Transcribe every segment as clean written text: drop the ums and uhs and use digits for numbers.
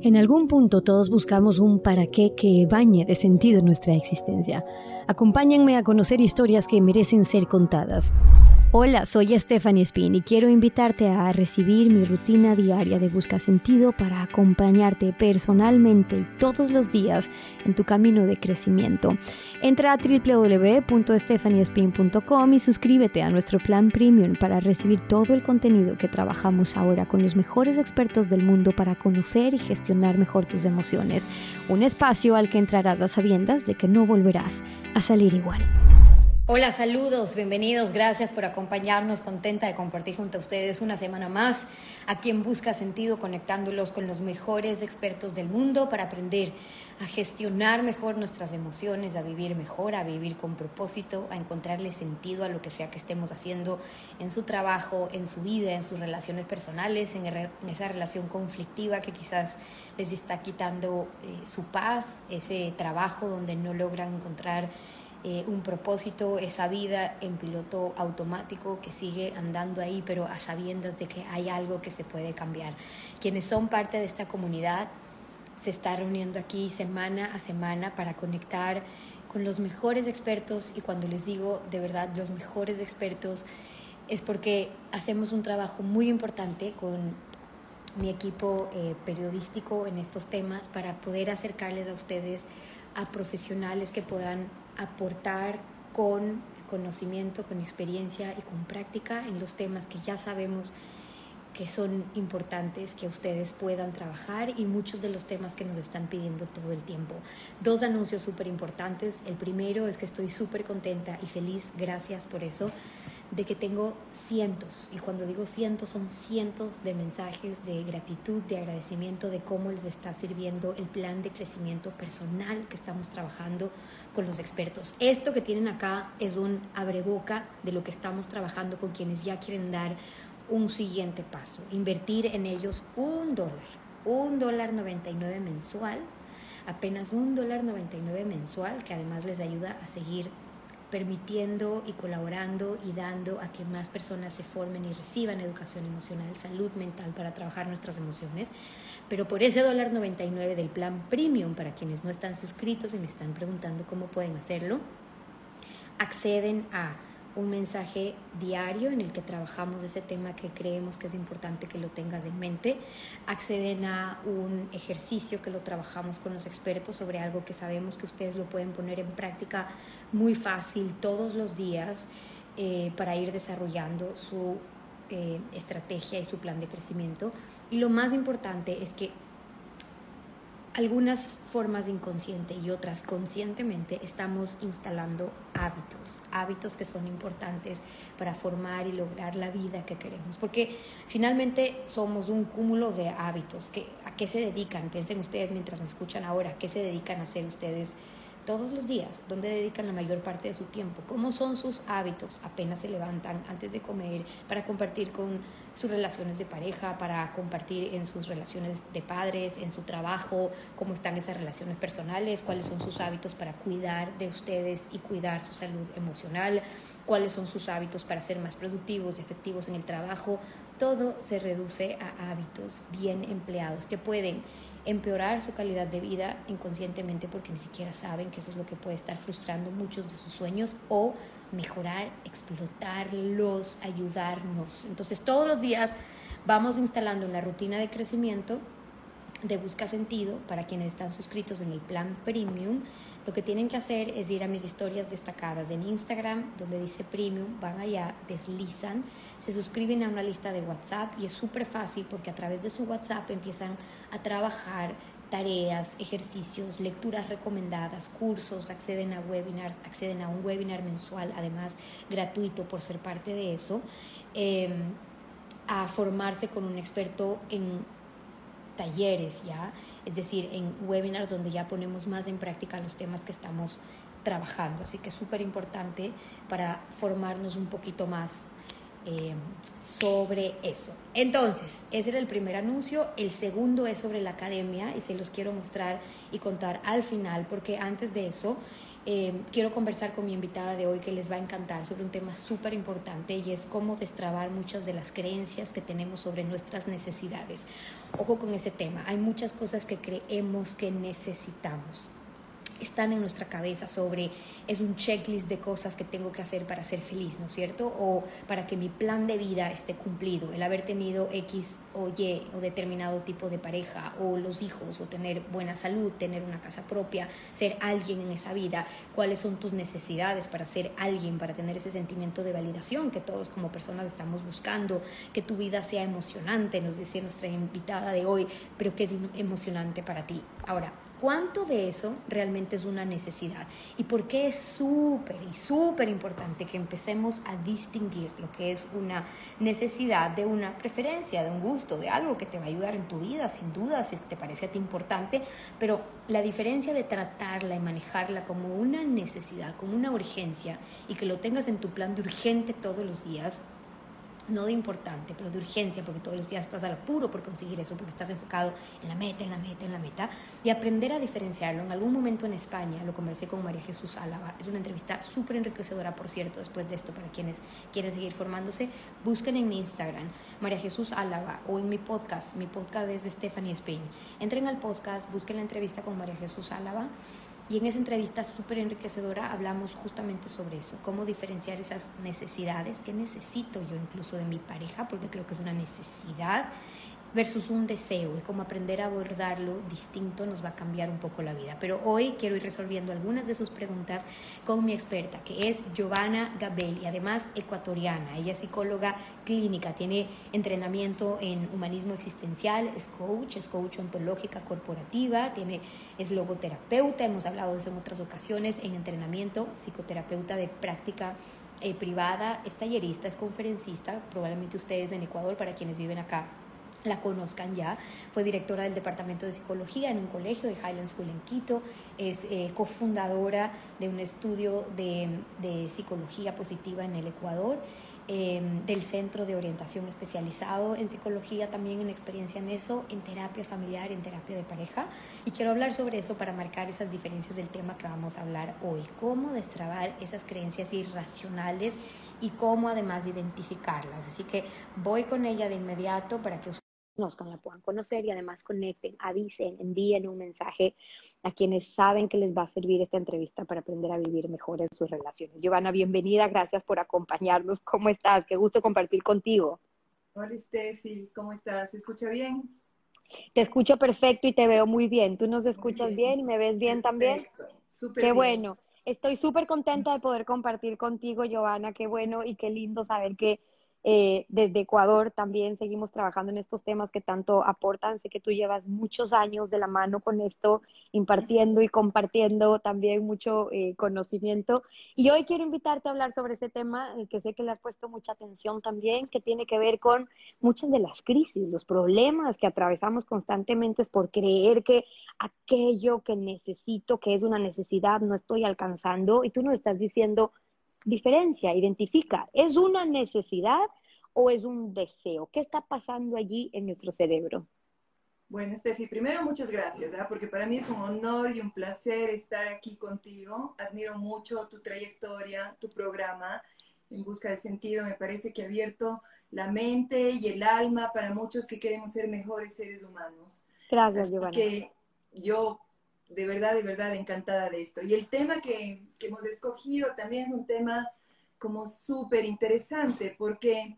En algún punto todos buscamos un para qué que bañe de sentido nuestra existencia. Acompáñenme a conocer historias que merecen ser contadas. Hola, soy Stephanie Spin y quiero invitarte a recibir mi rutina diaria de Busca Sentido para acompañarte personalmente y todos los días en tu camino de crecimiento. Entra a www.stephaniespin.com y suscríbete a nuestro plan premium para recibir todo el contenido que trabajamos ahora con los mejores expertos del mundo para conocer y gestionar mejor tus emociones. Un espacio al que entrarás a sabiendas de que no volverás a salir igual. Hola, saludos, bienvenidos, gracias por acompañarnos, contenta de compartir junto a ustedes una semana más aquí en Busca Sentido, conectándolos con los mejores expertos del mundo para aprender a gestionar mejor nuestras emociones, a vivir mejor, a vivir con propósito, a encontrarle sentido a lo que sea que estemos haciendo en su trabajo, en su vida, en sus relaciones personales, en esa relación conflictiva que quizás les está quitando su paz, ese trabajo donde no logran encontrar un propósito, esa vida en piloto automático que sigue andando ahí, pero a sabiendas de que hay algo que se puede cambiar. Quienes son parte de esta comunidad se está reuniendo aquí semana a semana para conectar con los mejores expertos, y cuando les digo de verdad los mejores expertos es porque hacemos un trabajo muy importante con mi equipo periodístico en estos temas para poder acercarles a ustedes a profesionales que puedan aportar con conocimiento, con experiencia y con práctica en los temas que ya sabemos que son importantes que ustedes puedan trabajar, y muchos de los temas que nos están pidiendo todo el tiempo. 2 anuncios súper importantes. El primero es que estoy súper contenta y feliz, gracias por eso, de que tengo cientos, y cuando digo cientos son cientos de mensajes de gratitud, de agradecimiento, de cómo les está sirviendo el plan de crecimiento personal que estamos trabajando con los expertos. Esto que tienen acá es un abreboca de lo que estamos trabajando con quienes ya quieren dar un siguiente paso, invertir en ellos $1.99 mensual, apenas $1.99 mensual, que además les ayuda a seguir permitiendo y colaborando y dando a que más personas se formen y reciban educación emocional, salud mental para trabajar nuestras emociones. Pero por ese $1.99 del plan premium, para quienes no están suscritos y me están preguntando cómo pueden hacerlo, acceden a un mensaje diario en el que trabajamos ese tema que creemos que es importante que lo tengas en mente. Acceden a un ejercicio que lo trabajamos con los expertos sobre algo que sabemos que ustedes lo pueden poner en práctica muy fácil todos los días para ir desarrollando su estrategia y su plan de crecimiento. Y lo más importante es que algunas formas inconsciente y otras conscientemente estamos instalando hábitos que son importantes para formar y lograr la vida que queremos, porque finalmente somos un cúmulo de hábitos. ¿A qué se dedican? Piensen ustedes mientras me escuchan ahora, ¿a qué se dedican a hacer ustedes todos los días? ¿Dónde dedican la mayor parte de su tiempo? ¿Cómo son sus hábitos? Apenas se levantan, antes de comer, para compartir con sus relaciones de pareja, para compartir en sus relaciones de padres, en su trabajo, cómo están esas relaciones personales, cuáles son sus hábitos para cuidar de ustedes y cuidar su salud emocional, cuáles son sus hábitos para ser más productivos y efectivos en el trabajo. Todo se reduce a hábitos bien empleados que pueden empeorar su calidad de vida inconscientemente porque ni siquiera saben que eso es lo que puede estar frustrando muchos de sus sueños, o mejorar, explotarlos, ayudarnos. Entonces todos los días vamos instalando en la rutina de crecimiento de Busca Sentido. Para quienes están suscritos en el plan premium, lo que tienen que hacer es ir a mis historias destacadas en Instagram, donde dice premium, van allá, deslizan, se suscriben a una lista de WhatsApp, y es súper fácil porque a través de su WhatsApp empiezan a trabajar tareas, ejercicios, lecturas recomendadas, cursos, acceden a webinars, acceden a un webinar mensual, además gratuito por ser parte de eso, a formarse con un experto en talleres, ya, es decir, en webinars donde ya ponemos más en práctica los temas que estamos trabajando. Así que es súper importante para formarnos un poquito más sobre eso. Entonces, ese era el primer anuncio. El segundo es sobre la academia, y se los quiero mostrar y contar al final, porque antes de eso quiero conversar con mi invitada de hoy que les va a encantar sobre un tema súper importante y es cómo destrabar muchas de las creencias que tenemos sobre nuestras necesidades. Ojo con ese tema, hay muchas cosas que creemos que necesitamos. Están en nuestra cabeza sobre, es un checklist de cosas que tengo que hacer para ser feliz, ¿no es cierto? O para que mi plan de vida esté cumplido, el haber tenido X o Y o determinado tipo de pareja, o los hijos, o tener buena salud, tener una casa propia, ser alguien en esa vida. ¿Cuáles son tus necesidades para ser alguien, para tener ese sentimiento de validación que todos como personas estamos buscando? Que tu vida sea emocionante, nos dice nuestra invitada de hoy, pero ¿qué es emocionante para ti? Ahora, ¿cuánto de eso realmente es una necesidad? ¿Y por qué es súper importante que empecemos a distinguir lo que es una necesidad de una preferencia, de un gusto, de algo que te va a ayudar en tu vida, sin duda, si te parece a ti importante? Pero la diferencia de tratarla y manejarla como una necesidad, como una urgencia, y que lo tengas en tu plan de urgente todos los días, no de importante, pero de urgencia, porque todos los días estás al apuro por conseguir eso, porque estás enfocado en la meta, y aprender a diferenciarlo. En algún momento en España lo conversé con María Jesús Álava, es una entrevista súper enriquecedora, por cierto, después de esto, para quienes quieren seguir formándose, busquen en mi Instagram, María Jesús Álava, o en mi podcast es de Stephanie Spain. Entren al podcast, busquen la entrevista con María Jesús Álava, y en esa entrevista súper enriquecedora hablamos justamente sobre eso, cómo diferenciar esas necesidades, qué necesito yo incluso de mi pareja, porque creo que es una necesidad, versus un deseo, y cómo aprender a abordarlo distinto nos va a cambiar un poco la vida. Pero hoy quiero ir resolviendo algunas de sus preguntas con mi experta, que es Giovanna Gabelli, además ecuatoriana. Ella es psicóloga clínica, tiene entrenamiento en humanismo existencial, es coach ontológica corporativa, es logoterapeuta, hemos hablado de eso en otras ocasiones, en entrenamiento, psicoterapeuta de práctica privada, es tallerista, es conferencista, probablemente ustedes en Ecuador, para quienes viven acá, la conozcan ya. Fue directora del departamento de psicología en un colegio de Highland School en Quito, es cofundadora de un estudio de psicología positiva en el Ecuador, del Centro de Orientación Especializado en Psicología, también en experiencia en eso, en terapia familiar, en terapia de pareja, y quiero hablar sobre eso para marcar esas diferencias del tema que vamos a hablar hoy, cómo destrabar esas creencias irracionales y cómo además identificarlas. Así que voy con ella de inmediato para que conozcan, la puedan conocer y además conecten, avisen, envíen un mensaje a quienes saben que les va a servir esta entrevista para aprender a vivir mejor en sus relaciones. Giovanna, bienvenida, gracias por acompañarnos. ¿Cómo estás? Qué gusto compartir contigo. Hola Steffi, ¿cómo estás? ¿Se escucha bien? Te escucho perfecto y te veo muy bien. ¿Tú nos Muy escuchas bien bien, y me ves bien también? perfecto, súper Qué bien. bueno. Estoy súper contenta de poder compartir contigo, Giovanna. Qué bueno y qué lindo saber que desde Ecuador también seguimos trabajando en estos temas que tanto aportan. Sé que tú llevas muchos años de la mano con esto, impartiendo y compartiendo también mucho conocimiento. Y hoy quiero invitarte a hablar sobre ese tema que sé que le has puesto mucha atención también, que tiene que ver con muchas de las crisis, los problemas que atravesamos constantemente es por creer que aquello que necesito, que es una necesidad, no estoy alcanzando, y tú nos estás diciendo, diferencia, identifica, ¿es una necesidad o es un deseo? ¿Qué está pasando allí en nuestro cerebro? Bueno, Steffi, primero muchas gracias, porque para mí es un honor y un placer estar aquí contigo. Admiro mucho tu trayectoria, tu programa En Busca de Sentido. Me parece que ha abierto la mente y el alma para muchos que queremos ser mejores seres humanos. Gracias, Así Giovanna. que yo de verdad encantada de esto. Y el tema que hemos escogido también es un tema como súper interesante porque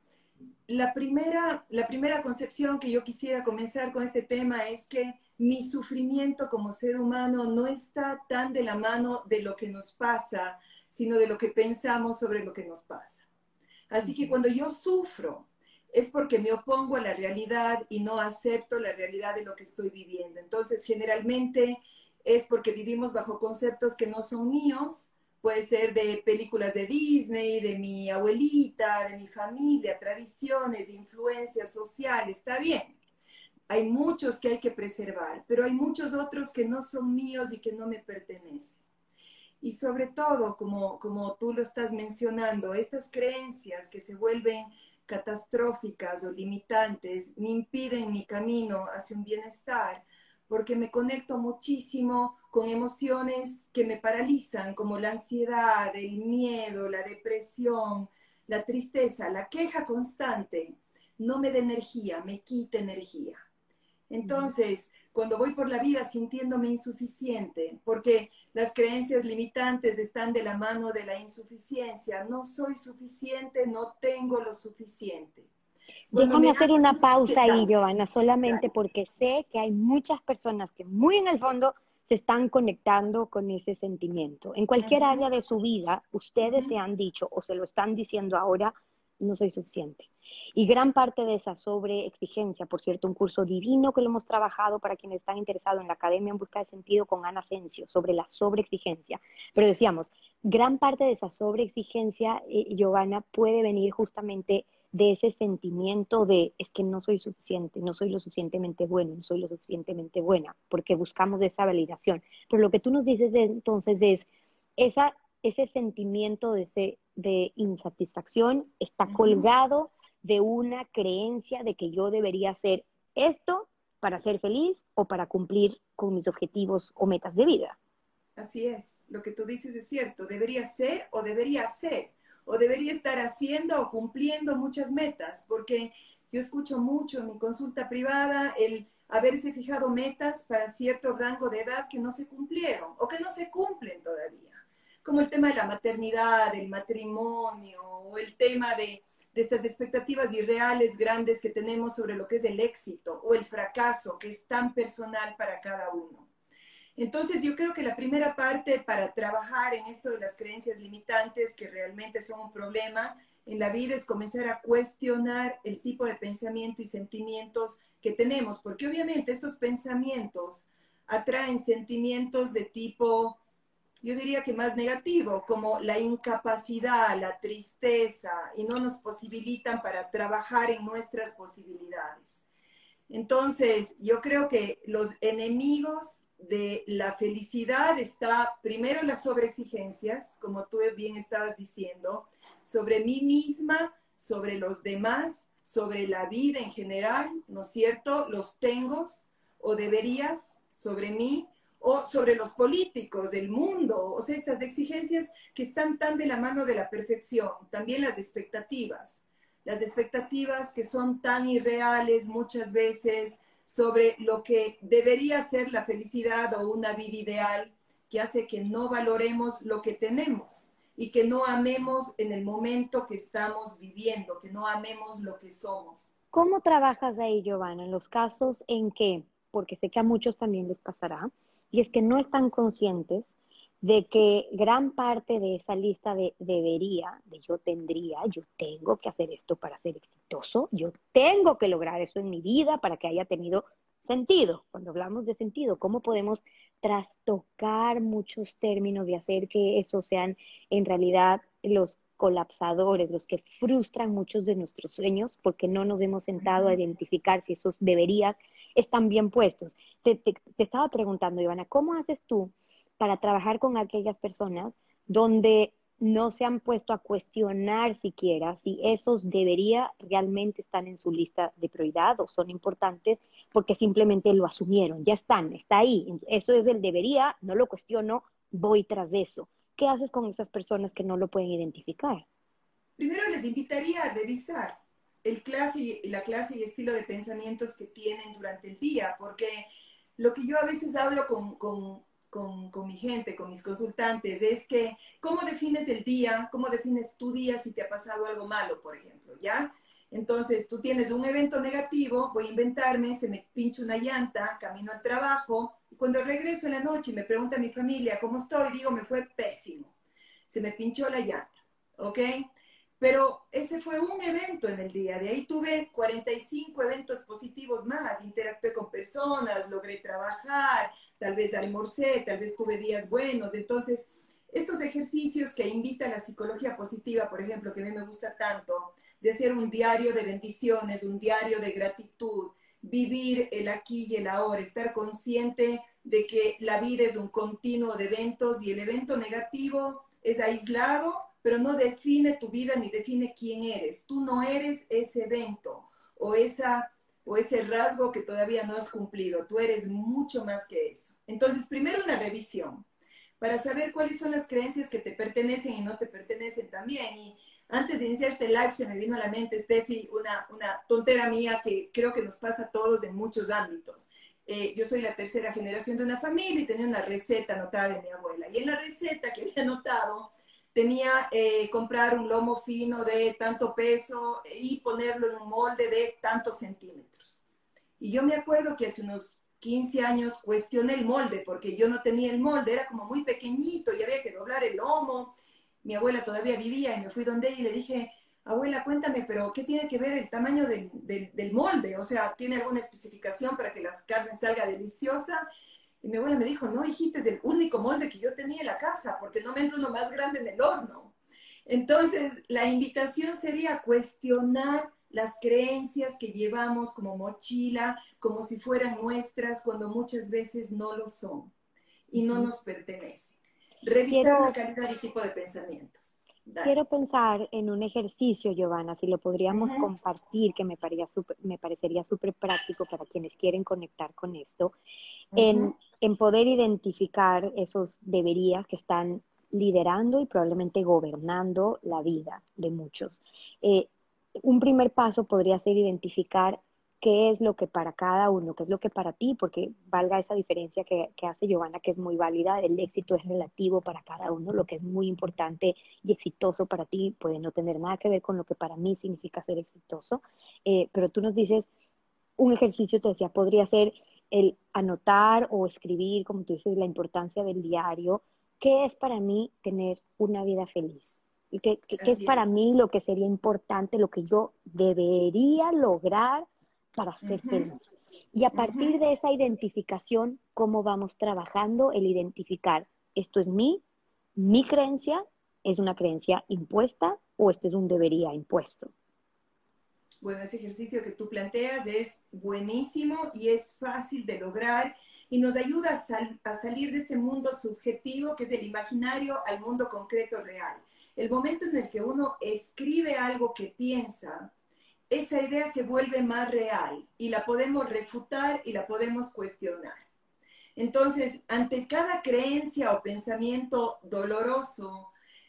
la primera concepción que yo quisiera comenzar con este tema es que mi sufrimiento como ser humano no está tan de la mano de lo que nos pasa, sino de lo que pensamos sobre lo que nos pasa. Así que cuando yo sufro, es porque me opongo a la realidad y no acepto la realidad de lo que estoy viviendo. Entonces, generalmente es porque vivimos bajo conceptos que no son míos. Puede ser de películas de Disney, de mi abuelita, de mi familia, tradiciones, influencias sociales, está bien. Hay muchos que hay que preservar, pero hay muchos otros que no son míos y que no me pertenecen. Y sobre todo, como tú lo estás mencionando, estas creencias que se vuelven catastróficas o limitantes me impiden mi camino hacia un bienestar, porque me conecto muchísimo con emociones que me paralizan, como la ansiedad, el miedo, la depresión, la tristeza, la queja constante. No me da energía, me quita energía. Entonces, cuando voy por la vida sintiéndome insuficiente, porque las creencias limitantes están de la mano de la insuficiencia, no soy suficiente, no tengo lo suficiente. Cuando Déjame me hacer una pausa ahí, dale, Giovanna, solamente dale. porque sé que hay muchas personas que muy en el fondo se están conectando con ese sentimiento. En cualquier Ujú, área de su vida, ustedes se ujú, han dicho o se lo están diciendo ahora, no soy suficiente. Y gran parte de esa sobreexigencia, por cierto, un curso divino que lo hemos trabajado para quienes están interesados en la Academia en Busca de Sentido con Ana Asensio, sobre la sobreexigencia. Pero decíamos, gran parte de esa sobreexigencia, Giovanna, puede venir justamente de ese sentimiento de es que no soy suficiente, no soy lo suficientemente bueno, no soy lo suficientemente buena, porque buscamos esa validación. Pero lo que tú nos dices entonces es ese sentimiento de insatisfacción está ujú. colgado de una creencia de que yo debería hacer esto para ser feliz o para cumplir con mis objetivos o metas de vida. Así es, lo que tú dices es cierto, debería ser o debería ser, o debería estar haciendo o cumpliendo muchas metas, porque yo escucho mucho en mi consulta privada el haberse fijado metas para cierto rango de edad que no se cumplieron o que no se cumplen todavía, como el tema de la maternidad, el matrimonio o el tema de estas expectativas irreales grandes que tenemos sobre lo que es el éxito o el fracaso, que es tan personal para cada uno. Entonces, yo creo que la primera parte para trabajar en esto de las creencias limitantes, que realmente son un problema en la vida, es comenzar a cuestionar el tipo de pensamiento y sentimientos que tenemos, porque obviamente estos pensamientos atraen sentimientos de tipo, yo diría que más negativo, como la incapacidad, la tristeza, y no nos posibilitan para trabajar en nuestras posibilidades. Entonces, yo creo que los enemigos de la felicidad está primero las sobreexigencias, como tú bien estabas diciendo, sobre mí misma, sobre los demás, sobre la vida en general, ¿no es cierto? Los tengo o deberías sobre mí o sobre los políticos, el mundo, o sea, estas exigencias que están tan de la mano de la perfección, también las expectativas que son tan irreales muchas veces sobre lo que debería ser la felicidad o una vida ideal, que hace que no valoremos lo que tenemos y que no amemos en el momento que estamos viviendo, que no amemos lo que somos. ¿Cómo trabajas ahí, Giovanna, en los casos en que, porque sé que a muchos también les pasará, y es que no están conscientes de que gran parte de esa lista de debería, de yo tendría, yo tengo que hacer esto para ser exitoso, yo tengo que lograr eso en mi vida para que haya tenido sentido? Cuando hablamos de sentido, ¿cómo podemos trastocar muchos términos y hacer que eso sean en realidad los colapsadores, los que frustran muchos de nuestros sueños porque no nos hemos sentado a identificar si esos deberías están bien puestos? Te estaba preguntando, Ivana, ¿cómo haces tú para trabajar con aquellas personas donde no se han puesto a cuestionar siquiera si esos debería realmente están en su lista de prioridad o son importantes porque simplemente lo asumieron, ya están, está ahí, eso es el debería, no lo cuestiono, voy tras de eso? ¿Qué haces con esas personas que no lo pueden identificar? Primero les invitaría a revisar la clase y estilo de pensamientos que tienen durante el día, porque lo que yo a veces hablo con mi gente, con mis consultantes, es que cómo defines el día, cómo defines tu día si te ha pasado algo malo, por ejemplo, ¿ya? Entonces, tú tienes un evento negativo, voy a inventarme, se me pincha una llanta, camino al trabajo, y cuando regreso en la noche y me pregunta mi familia cómo estoy, digo, me fue pésimo, se me pinchó la llanta, ¿ok? Pero ese fue un evento en el día. De ahí tuve 45 eventos positivos más. Interactué con personas, logré trabajar, tal vez almorcé, tal vez tuve días buenos. Entonces, estos ejercicios que invita la psicología positiva, por ejemplo, que a mí me gusta tanto, de hacer un diario de bendiciones, un diario de gratitud, vivir el aquí y el ahora, estar consciente de que la vida es un continuo de eventos y el evento negativo es aislado, pero no define tu vida ni define quién eres. Tú no eres ese evento o esa o ese rasgo que todavía no has cumplido. Tú eres mucho más que eso. Entonces, primero una revisión para saber cuáles son las creencias que te pertenecen y no te pertenecen también. Y antes de iniciar este live se me vino a la mente, Steffi, una tontera mía que creo que nos pasa a todos en muchos ámbitos. Yo soy la tercera generación de una familia y tenía una receta anotada de mi abuela. Y en la receta que había anotado tenía comprar un lomo fino de tanto peso y ponerlo en un molde de tantos centímetros. Y yo me acuerdo que hace unos 15 años cuestioné el molde porque yo no tenía el molde, era como muy pequeñito y había que doblar el lomo. Mi abuela todavía vivía y me fui donde ella y le dije, abuela, cuéntame, pero ¿qué tiene que ver el tamaño del molde? O sea, ¿tiene alguna especificación para que la carne salga deliciosa? Y mi abuela me dijo, no, hijita, es el único molde que yo tenía en la casa, porque no me entra uno más grande en el horno. Entonces, la invitación sería cuestionar las creencias que llevamos como mochila, como si fueran nuestras, cuando muchas veces no lo son y no nos pertenecen. Revisar la calidad y tipo de pensamientos. Dale. Quiero pensar en un ejercicio, Giovanna, si lo podríamos compartir, que me parecería súper práctico para quienes quieren conectar con esto, en poder identificar esos deberías que están liderando y probablemente gobernando la vida de muchos. Un primer paso podría ser identificar qué es lo que para cada uno, qué es lo que para ti, porque valga esa diferencia que hace Giovanna, que es muy válida, el éxito es relativo para cada uno, lo que es muy importante y exitoso para ti puede no tener nada que ver con lo que para mí significa ser exitoso, pero tú nos dices, un ejercicio, te decía, podría ser el anotar o escribir, como tú dices, la importancia del diario, ¿qué es para mí tener una vida feliz? ¿Qué es para mí lo que sería importante, lo que yo debería lograr para ser feliz? Y a partir de esa identificación, ¿cómo vamos trabajando el identificar esto es mi creencia, es una creencia impuesta o este es un debería impuesto? Bueno, ese ejercicio que tú planteas es buenísimo y es fácil de lograr y nos ayuda a salir de este mundo subjetivo que es el imaginario al mundo concreto real. El momento en el que uno escribe algo que piensa, esa idea se vuelve más real y la podemos refutar y la podemos cuestionar. Entonces, ante cada creencia o pensamiento doloroso,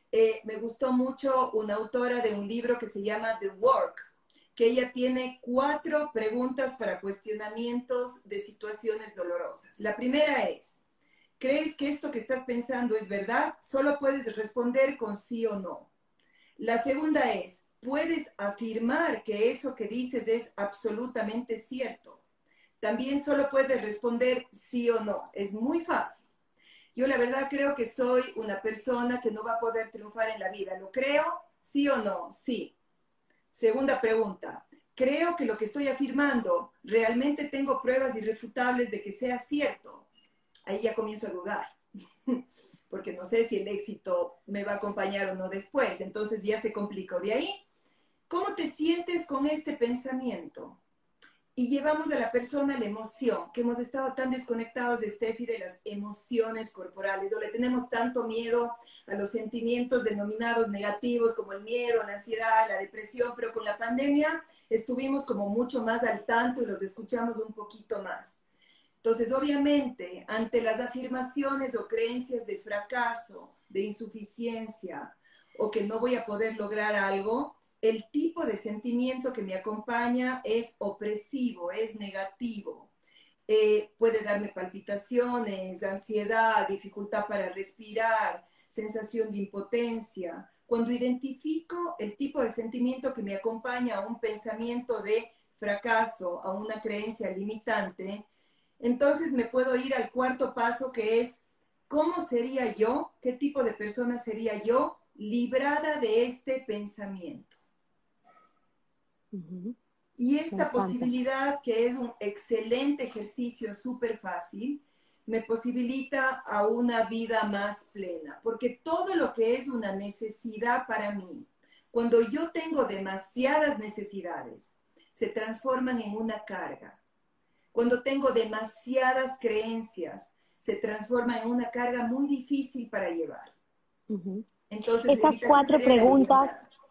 me gustó mucho una autora de un libro que se llama The Work, que ella tiene 4 preguntas para cuestionamientos de situaciones dolorosas. La primera es, ¿crees que esto que estás pensando es verdad? Solo puedes responder con sí o no. La segunda es, ¿puedes afirmar que eso que dices es absolutamente cierto? También solo puedes responder sí o no. Es muy fácil. Yo la verdad creo que soy una persona que no va a poder triunfar en la vida. ¿Lo creo? ¿Sí o no? Sí. Segunda pregunta, ¿creo que lo que estoy afirmando realmente tengo pruebas irrefutables de que sea cierto? Ahí ya comienzo a dudar, porque no sé si el éxito me va a acompañar o no después, entonces ya se complicó. De ahí, ¿cómo te sientes con este pensamiento? Y llevamos a la persona la emoción, que hemos estado tan desconectados de Steffi de las emociones corporales, o le tenemos tanto miedo a los sentimientos denominados negativos como el miedo, la ansiedad, la depresión, pero con la pandemia estuvimos como mucho más al tanto y los escuchamos un poquito más. Entonces, obviamente, ante las afirmaciones o creencias de fracaso, de insuficiencia, o que no voy a poder lograr algo, el tipo de sentimiento que me acompaña es opresivo, es negativo. Puede darme palpitaciones, ansiedad, dificultad para respirar, sensación de impotencia. Cuando identifico el tipo de sentimiento que me acompaña a un pensamiento de fracaso, a una creencia limitante, entonces me puedo ir al cuarto paso, que es ¿cómo sería yo? ¿Qué tipo de persona sería yo librada de este pensamiento? Y esta posibilidad, que es un excelente ejercicio súper fácil, me posibilita a una vida más plena, porque todo lo que es una necesidad para mí, cuando yo tengo demasiadas necesidades, se transforman en una carga. Cuando tengo demasiadas creencias, se transforma en una carga muy difícil para llevar. Entonces, Estas 4 preguntas,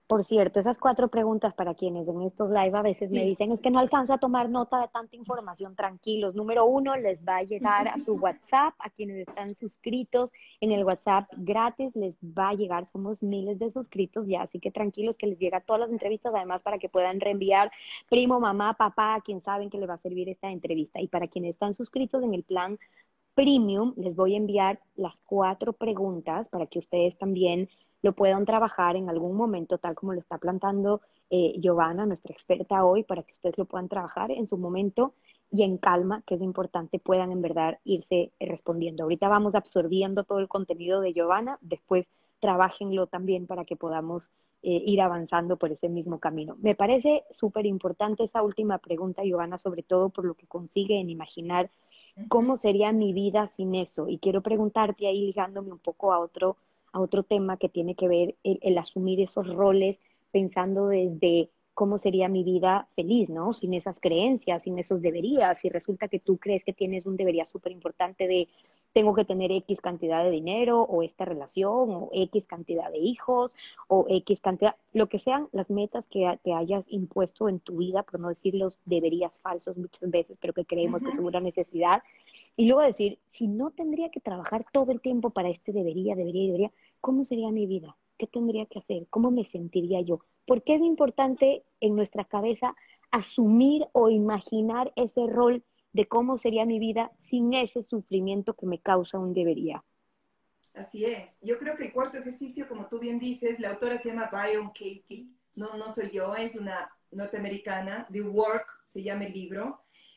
Por cierto, esas 4 preguntas para quienes en estos live a veces me Sí. dicen es que no alcanzo a tomar nota de tanta información, tranquilos. Número uno, les va a llegar a su WhatsApp, a quienes están suscritos en el WhatsApp gratis, les va a llegar, somos miles de suscritos ya, así que tranquilos que les llega todas las entrevistas, además para que puedan reenviar primo, mamá, papá, a quien saben que le va a servir esta entrevista. Y para quienes están suscritos en el plan Premium, les voy a enviar las 4 preguntas para que ustedes también lo puedan trabajar en algún momento, tal como lo está plantando Giovanna, nuestra experta hoy, para que ustedes lo puedan trabajar en su momento y en calma, que es importante, puedan en verdad irse respondiendo. Ahorita vamos absorbiendo todo el contenido de Giovanna, después trabajenlo también para que podamos ir avanzando por ese mismo camino. Me parece súper importante esa última pregunta, Giovanna, sobre todo por lo que consigue en imaginar cómo sería mi vida sin eso. Y quiero preguntarte ahí, ligándome un poco a otro tema que tiene que ver el asumir esos roles, pensando desde cómo sería mi vida feliz, ¿no? Sin esas creencias, sin esos deberías. Si resulta que tú crees que tienes un debería súper importante de tengo que tener X cantidad de dinero o esta relación o X cantidad de hijos o X cantidad, lo que sean las metas que te hayas impuesto en tu vida, por no decir los deberías falsos muchas veces, pero que creemos que son una necesidad. Y luego decir, si no tendría que trabajar todo el tiempo para este debería, ¿cómo sería mi vida? ¿Qué tendría que hacer? ¿Cómo me sentiría yo? ¿Por qué es importante en nuestra cabeza asumir o imaginar ese rol de cómo sería mi vida sin ese sufrimiento que me causa un debería? Así es. Yo creo que el cuarto ejercicio, como tú bien dices, la autora se llama Byron Katie, no, no soy yo, es una norteamericana, The Work se llama el libro,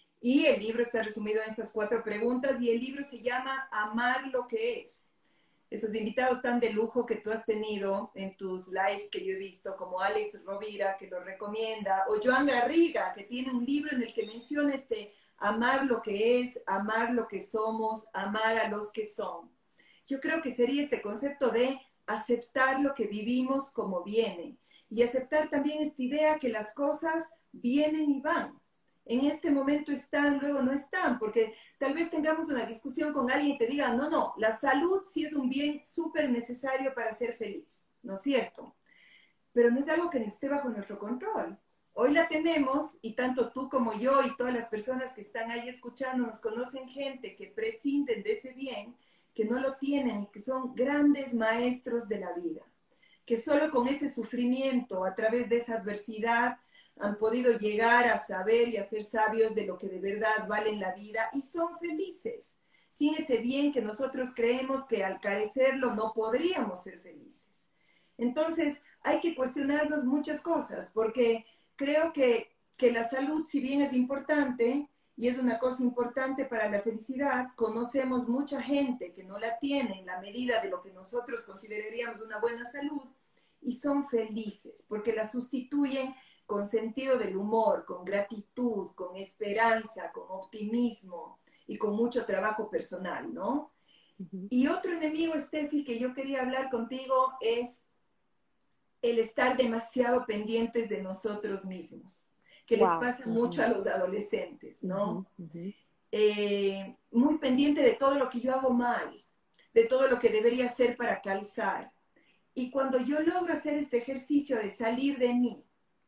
y el libro está resumido en estas 4 preguntas, y el libro se llama Amar lo que es. Esos invitados tan de lujo que tú has tenido en tus lives que yo he visto, como Alex Rovira, que lo recomienda, o Joan Garriga, que tiene un libro en el que menciona amar lo que es, amar lo que somos, amar a los que son. Yo creo que sería este concepto de aceptar lo que vivimos como viene y aceptar también esta idea que las cosas vienen y van. En este momento están, luego no están, porque tal vez tengamos una discusión con alguien y te diga, no, no, la salud sí es un bien súper necesario para ser feliz, ¿no es cierto? Pero no es algo que esté bajo nuestro control. Hoy la tenemos y tanto tú como yo y todas las personas que están ahí escuchando nos conocen gente que prescinden de ese bien, que no lo tienen y que son grandes maestros de la vida, que solo con ese sufrimiento, a través de esa adversidad, han podido llegar a saber y a ser sabios de lo que de verdad vale en la vida y son felices, sin ese bien que nosotros creemos que al carecerlo no podríamos ser felices. Entonces, hay que cuestionarnos muchas cosas, porque creo que la salud, si bien es importante, y es una cosa importante para la felicidad, conocemos mucha gente que no la tiene en la medida de lo que nosotros consideraríamos una buena salud, y son felices, porque la sustituyen con sentido del humor, con gratitud, con esperanza, con optimismo y con mucho trabajo personal, ¿no? Ujú. Y otro enemigo, Steffi, que yo quería hablar contigo es el estar demasiado pendientes de nosotros mismos, que les Wow. pasa mucho a los adolescentes, ¿no? Ujú, ujú. Muy pendiente de todo lo que yo hago mal, de todo lo que debería hacer para calzar. Y cuando yo logro hacer este ejercicio de salir de mí,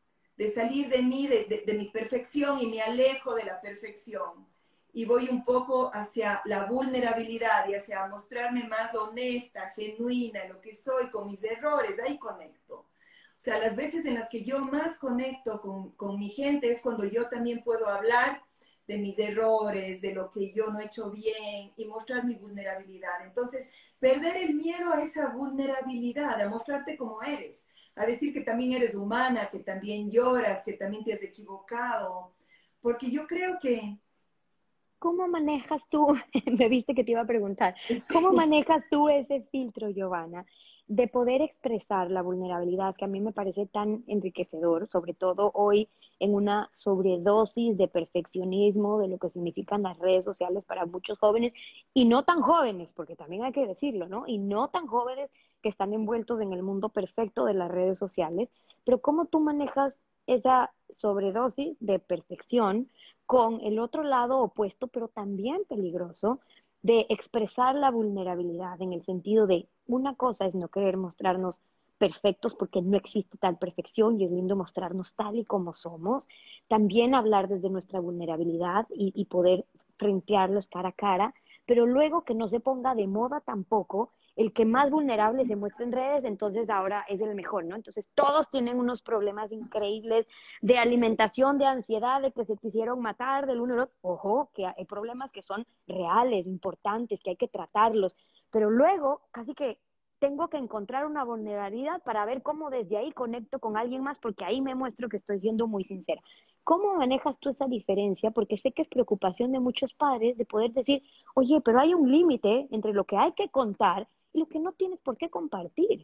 de mi perfección y me alejo de la perfección, y voy un poco hacia la vulnerabilidad y hacia mostrarme más honesta, genuina, en lo que soy, con mis errores, ahí conecto. O sea, las veces en las que yo más conecto con mi gente es cuando yo también puedo hablar de mis errores, de lo que yo no he hecho bien y mostrar mi vulnerabilidad. Entonces, perder el miedo a esa vulnerabilidad, a mostrarte como eres, a decir que también eres humana, que también lloras, que también te has equivocado, porque yo creo que ¿Cómo manejas tú? Me viste que te iba a preguntar. ¿Cómo sí, manejas tú ese filtro, Giovanna, de poder expresar la vulnerabilidad que a mí me parece tan enriquecedor, sobre todo hoy en una sobredosis de perfeccionismo, de lo que significan las redes sociales para muchos jóvenes y no tan jóvenes, porque también hay que decirlo, ¿no? Y no tan jóvenes que están envueltos en el mundo perfecto de las redes sociales, pero ¿cómo tú manejas esa sobredosis de perfección con el otro lado opuesto, pero también peligroso, de expresar la vulnerabilidad en el sentido de una cosa es no querer mostrarnos perfectos porque no existe tal perfección y es lindo mostrarnos tal y como somos. También hablar desde nuestra vulnerabilidad y poder frentearlos cara a cara, pero luego que no se ponga de moda tampoco el que más vulnerable se muestra en redes, entonces ahora es el mejor, ¿no? Entonces todos tienen unos problemas increíbles de alimentación, de ansiedad, de que se quisieron matar del uno al otro. Ojo, que hay problemas que son reales, importantes, que hay que tratarlos, pero luego casi que tengo que encontrar una vulnerabilidad para ver cómo desde ahí conecto con alguien más, porque ahí me muestro que estoy siendo muy sincera. ¿Cómo manejas tú esa diferencia? Porque sé que es preocupación de muchos padres de poder decir, oye, pero hay un límite entre lo que hay que contar y lo que no tienes por qué compartir.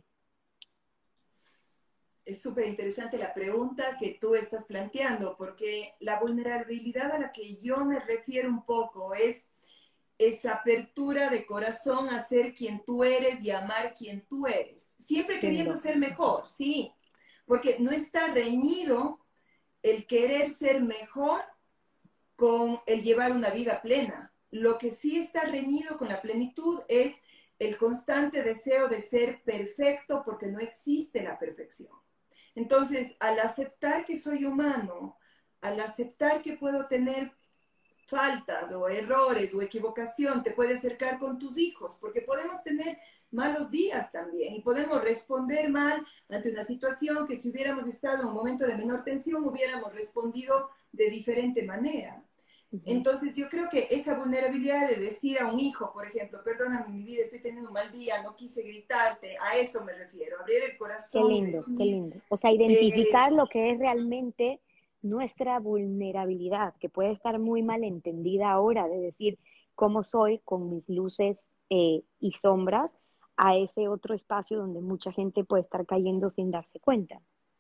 Es súper interesante la pregunta que tú estás planteando, porque la vulnerabilidad a la que yo me refiero un poco es esa apertura de corazón a ser quien tú eres y amar quien tú eres. Siempre queriendo Lindo. ser mejor, sí, porque no está reñido el querer ser mejor con el llevar una vida plena. Lo que sí está reñido con la plenitud es el constante deseo de ser perfecto porque no existe la perfección. Entonces, al aceptar que soy humano, al aceptar que puedo tener faltas o errores o equivocación, te puede acercar con tus hijos, porque podemos tener malos días también y podemos responder mal ante una situación que si hubiéramos estado en un momento de menor tensión hubiéramos respondido de diferente manera. Entonces yo creo que esa vulnerabilidad de decir a un hijo, por ejemplo, perdóname mi vida, estoy teniendo un mal día, no quise gritarte, a eso me refiero, abrir el Qué corazón y lindo, qué decir, lindo. O sea, identificar lo que es realmente nuestra vulnerabilidad, que puede estar muy mal entendida ahora, de decir cómo soy con mis luces y sombras, a ese otro espacio donde mucha gente puede estar cayendo sin darse cuenta.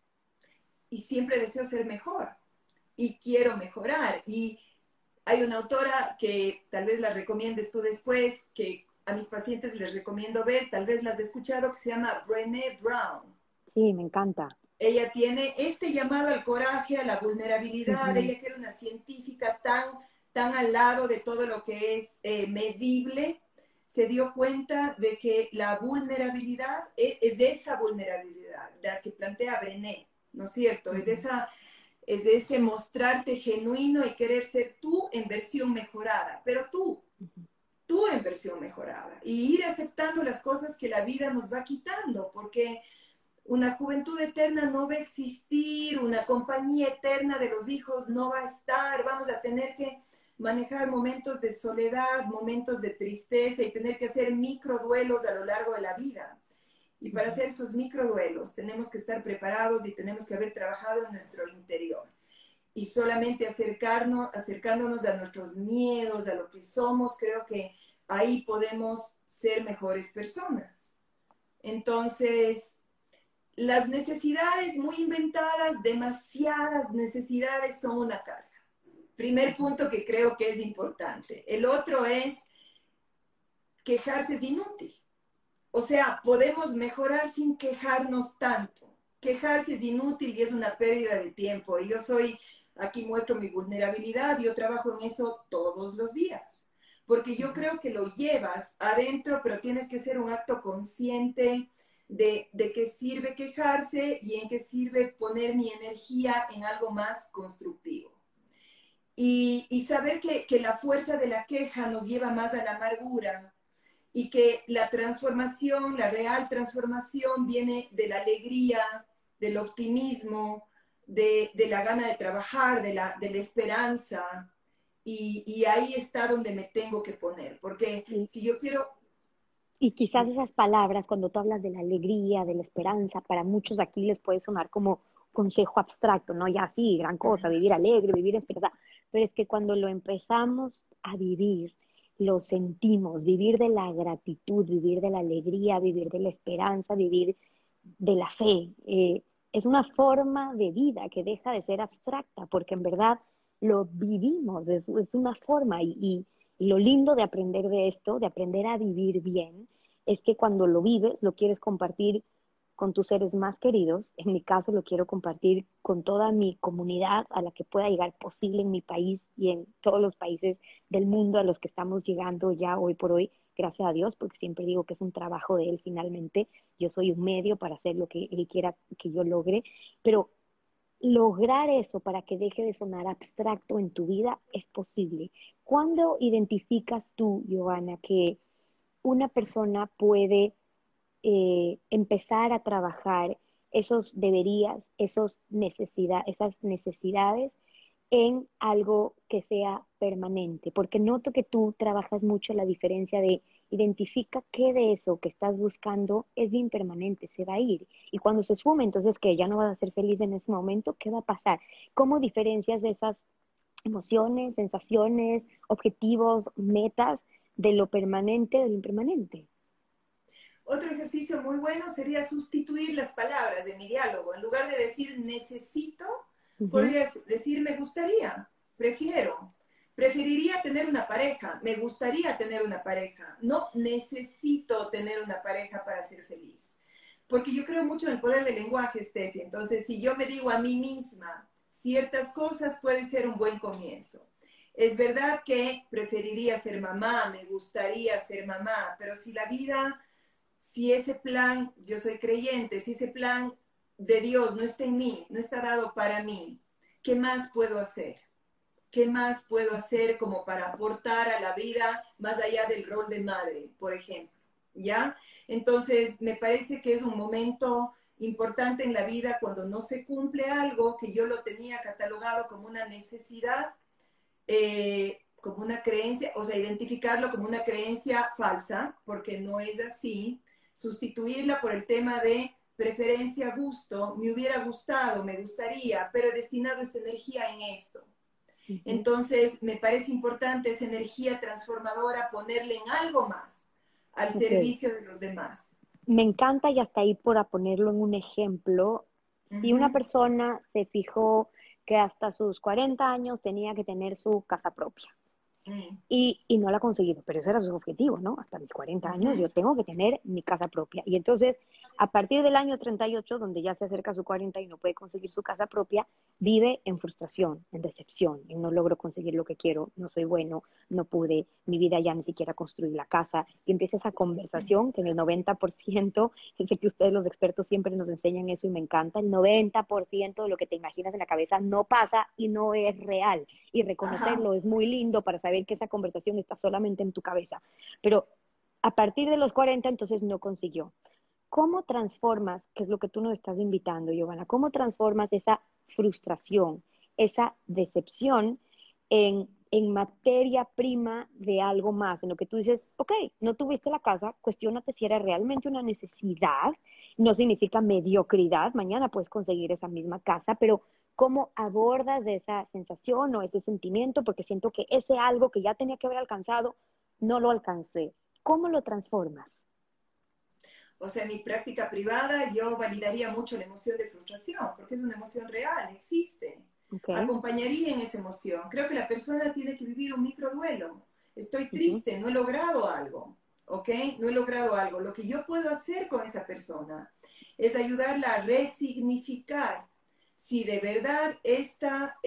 y siempre deseo ser mejor y quiero mejorar. Y hay una autora que tal vez la recomiendes tú después, que a mis pacientes les recomiendo ver, tal vez la has escuchado, que se llama Brené Brown. Sí, me encanta. Ella tiene este llamado al coraje, a la vulnerabilidad, Ujú, ella que era una científica tan al lado de todo lo que es medible, se dio cuenta de que la vulnerabilidad es de esa vulnerabilidad, de la que plantea Brené, ¿no es cierto? ujú. Es de ese mostrarte genuino y querer ser tú en versión mejorada, pero tú en versión mejorada, y ir aceptando las cosas que la vida nos va quitando, porque una juventud eterna no va a existir, una compañía eterna de los hijos no va a estar, vamos a tener que manejar momentos de soledad, momentos de tristeza y tener que hacer microduelos a lo largo de la vida. Y para hacer esos microduelos tenemos que estar preparados y tenemos que haber trabajado en nuestro interior. Y solamente acercándonos a nuestros miedos, a lo que somos, creo que ahí podemos ser mejores personas. Entonces, las necesidades muy inventadas, demasiadas necesidades son una carga. Primer punto que creo que es importante. El otro es quejarse es inútil. O sea, podemos mejorar sin quejarnos tanto. Quejarse es inútil y es una pérdida de tiempo. Y yo aquí muestro mi vulnerabilidad, yo trabajo en eso todos los días. Porque yo creo que lo llevas adentro, pero tienes que ser un acto consciente de qué sirve quejarse y en qué sirve poner mi energía en algo más constructivo. Y saber que la fuerza de la queja nos lleva más a la amargura, y que la transformación, la real transformación viene de la alegría, del optimismo, de la gana de trabajar, de la esperanza. Y ahí está donde me tengo que poner, porque Y, si yo quiero... y quizás esas palabras, cuando tú hablas de la alegría, de la esperanza, para muchos aquí les puede sonar como consejo abstracto, ¿no? Ya sí, gran cosa, vivir alegre, vivir esperanza, pero es que cuando lo empezamos a vivir, lo sentimos, vivir de la gratitud, vivir de la alegría, vivir de la esperanza, vivir de la fe. Es una forma de vida que deja de ser abstracta, porque en verdad lo vivimos, es una forma y lo lindo de aprender de esto, de aprender a vivir bien, es que cuando lo vives, lo quieres compartir con tus seres más queridos. En mi caso lo quiero compartir con toda mi comunidad a la que pueda llegar posible en mi país y en todos los países del mundo a los que estamos llegando ya hoy por hoy, gracias a Dios, porque siempre digo que es un trabajo de Él finalmente. Yo soy un medio para hacer lo que Él quiera que yo logre, pero lograr eso para que deje de sonar abstracto en tu vida es posible. ¿Cuándo identificas tú, Giovanna, que una persona puede empezar a trabajar esos deberías, esas necesidades en algo que sea permanente? Porque noto que tú trabajas mucho la diferencia de identifica qué de eso que estás buscando es impermanente, se va a ir. Y cuando se esfume, entonces que ya no vas a ser feliz en ese momento, ¿qué va a pasar? ¿Cómo diferencias esas emociones, sensaciones, objetivos, metas de lo permanente de lo impermanente? Otro ejercicio muy bueno sería sustituir las palabras de mi diálogo. En lugar de decir necesito, podrías decir me gustaría, prefiero, preferiría tener una pareja, me gustaría tener una pareja, no necesito tener una pareja para ser feliz. Porque yo creo mucho en el poder del lenguaje, Steffi. Entonces, si yo me digo a mí misma ciertas cosas, puede ser un buen comienzo. Es verdad que preferiría ser mamá, me gustaría ser mamá, pero si la vida, si ese plan, yo soy creyente, si ese plan de Dios no está en mí, no está dado para mí, ¿qué más puedo hacer? ¿Qué más puedo hacer como para aportar a la vida más allá del rol de madre, por ejemplo? ¿Ya? Entonces, me parece que es un momento importante en la vida cuando no se cumple algo que yo lo tenía catalogado como una necesidad, como una creencia, o sea, identificarlo como una creencia falsa, porque no es así, sustituirla por el tema de preferencia, gusto, me hubiera gustado, me gustaría, pero he destinado esta energía en esto. Entonces, me parece importante esa energía transformadora, ponerle en algo más, al servicio de los demás. Me encanta y hasta ahí para ponerlo en un ejemplo, si una persona se fijó que hasta sus 40 años tenía que tener su casa propia, y no la ha conseguido, pero ese era su objetivo, ¿no? Hasta mis 40 años yo tengo que tener mi casa propia. Y entonces, a partir del año 38, donde ya se acerca a su 40 y no puede conseguir su casa propia, vive en frustración, en decepción, en no logro conseguir lo que quiero, no soy bueno, no pude, mi vida ya ni siquiera construir la casa. Y empieza esa conversación que en el 90%, sé que ustedes los expertos siempre nos enseñan eso y me encanta, el 90% de lo que te imaginas en la cabeza no pasa y no es real. Y reconocerlo es muy lindo para saber que esa conversación está solamente en tu cabeza. Pero a partir de los 40, entonces no consiguió. ¿Cómo transformas, que es lo que tú nos estás invitando, Giovanna, cómo transformas esa frustración, esa decepción en materia prima de algo más, en lo que tú dices, ok, no tuviste la casa, cuestiónate si era realmente una necesidad, no significa mediocridad, mañana puedes conseguir esa misma casa, pero cómo abordas de esa sensación o ese sentimiento, porque siento que ese algo que ya tenía que haber alcanzado, no lo alcancé. ¿Cómo lo transformas? O sea, en mi práctica privada yo validaría mucho la emoción de frustración, porque es una emoción real, existe. Okay. Acompañaría en esa emoción. Creo que la persona tiene que vivir un microduelo. Estoy triste, no he logrado algo, ¿ok? No he logrado algo. Lo que yo puedo hacer con esa persona es ayudarla a resignificar si de verdad esta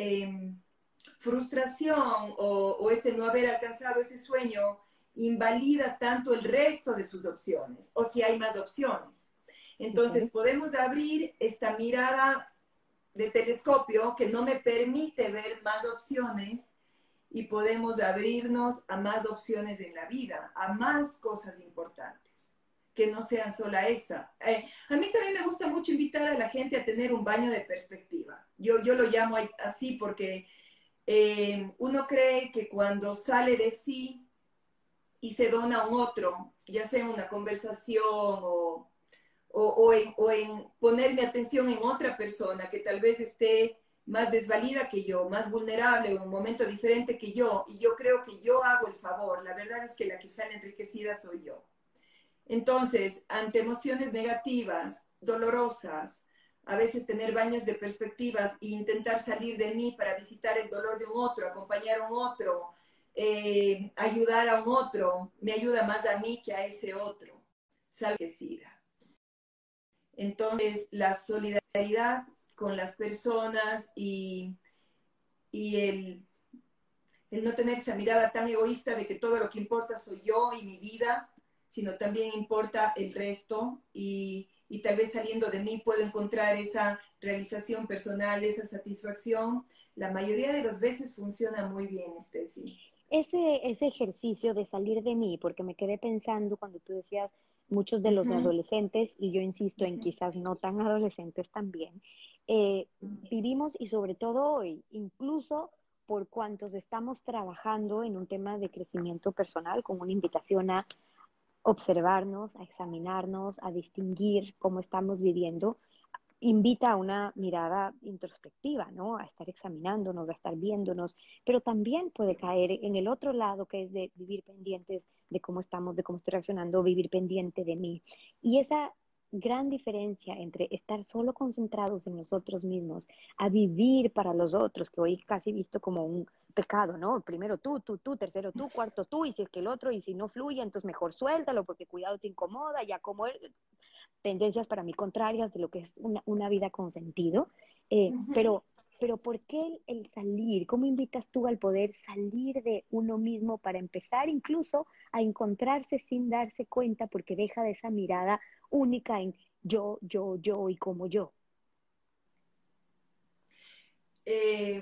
frustración o este no haber alcanzado ese sueño invalida tanto el resto de sus opciones o si hay más opciones. Entonces podemos abrir esta mirada de telescopio que no me permite ver más opciones y podemos abrirnos a más opciones en la vida, a más cosas importantes, que no sean solo esa. A mí también me gusta mucho invitar a la gente a tener un baño de perspectiva. Yo lo llamo así porque uno cree que cuando sale de sí y se dona a un otro, ya sea en una conversación o en poner mi atención en otra persona que tal vez esté más desvalida que yo, más vulnerable, en un momento diferente que yo, y yo creo que yo hago el favor, la verdad es que la que sale enriquecida soy yo. Entonces, ante emociones negativas, dolorosas, a veces tener baños de perspectivas e intentar salir de mí para visitar el dolor de un otro, acompañar a un otro, ayudar a un otro, me ayuda más a mí que a ese otro. Salvecida. Entonces, la solidaridad con las personas y el no tener esa mirada tan egoísta de que todo lo que importa soy yo y mi vida, sino también importa el resto y tal vez saliendo de mí puedo encontrar esa realización personal, esa satisfacción. La mayoría de las veces funciona muy bien, Steffi. Ese ejercicio de salir de mí, porque me quedé pensando cuando tú decías muchos de los Ujú, adolescentes, y yo insisto en ujú, quizás no tan adolescentes también, vivimos y sobre todo hoy, incluso por cuantos estamos trabajando en un tema de crecimiento personal, con una invitación a observarnos, a examinarnos, a distinguir cómo estamos viviendo, invita a una mirada introspectiva, ¿no? A estar examinándonos, a estar viéndonos, pero también puede caer en el otro lado que es de vivir pendientes de cómo estamos, de cómo estoy reaccionando, vivir pendiente de mí. Y esa gran diferencia entre estar solo concentrados en nosotros mismos a vivir para los otros, que hoy casi visto como un pecado, ¿no? Primero tú, tercero tú, cuarto tú, y si es que el otro, y si no fluye, entonces mejor suéltalo porque cuidado te incomoda, ya como tendencias para mí contrarias de lo que es una vida con sentido, ujú. pero ¿por qué el salir? ¿Cómo invitas tú al poder salir de uno mismo para empezar incluso a encontrarse sin darse cuenta porque deja de esa mirada única en yo y como yo? Eh,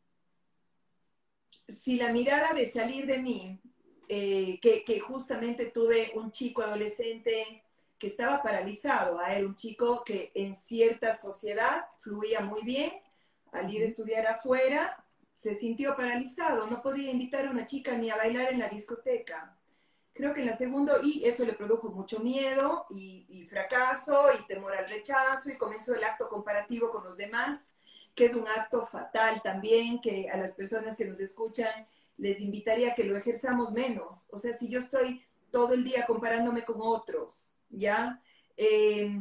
si la mirada de salir de mí, que justamente tuve un chico adolescente que estaba paralizado, era un chico que en cierta sociedad fluía muy bien, al ir a Ujú. estudiar afuera se sintió paralizado, no podía invitar a una chica ni a bailar en la discoteca. Creo que en la segunda, y eso le produjo mucho miedo y fracaso y temor al rechazo y comenzó el acto comparativo con los demás, que es un acto fatal también, que a las personas que nos escuchan les invitaría a que lo ejerzamos menos. O sea, si yo estoy todo el día comparándome con otros, ¿ya? Eh,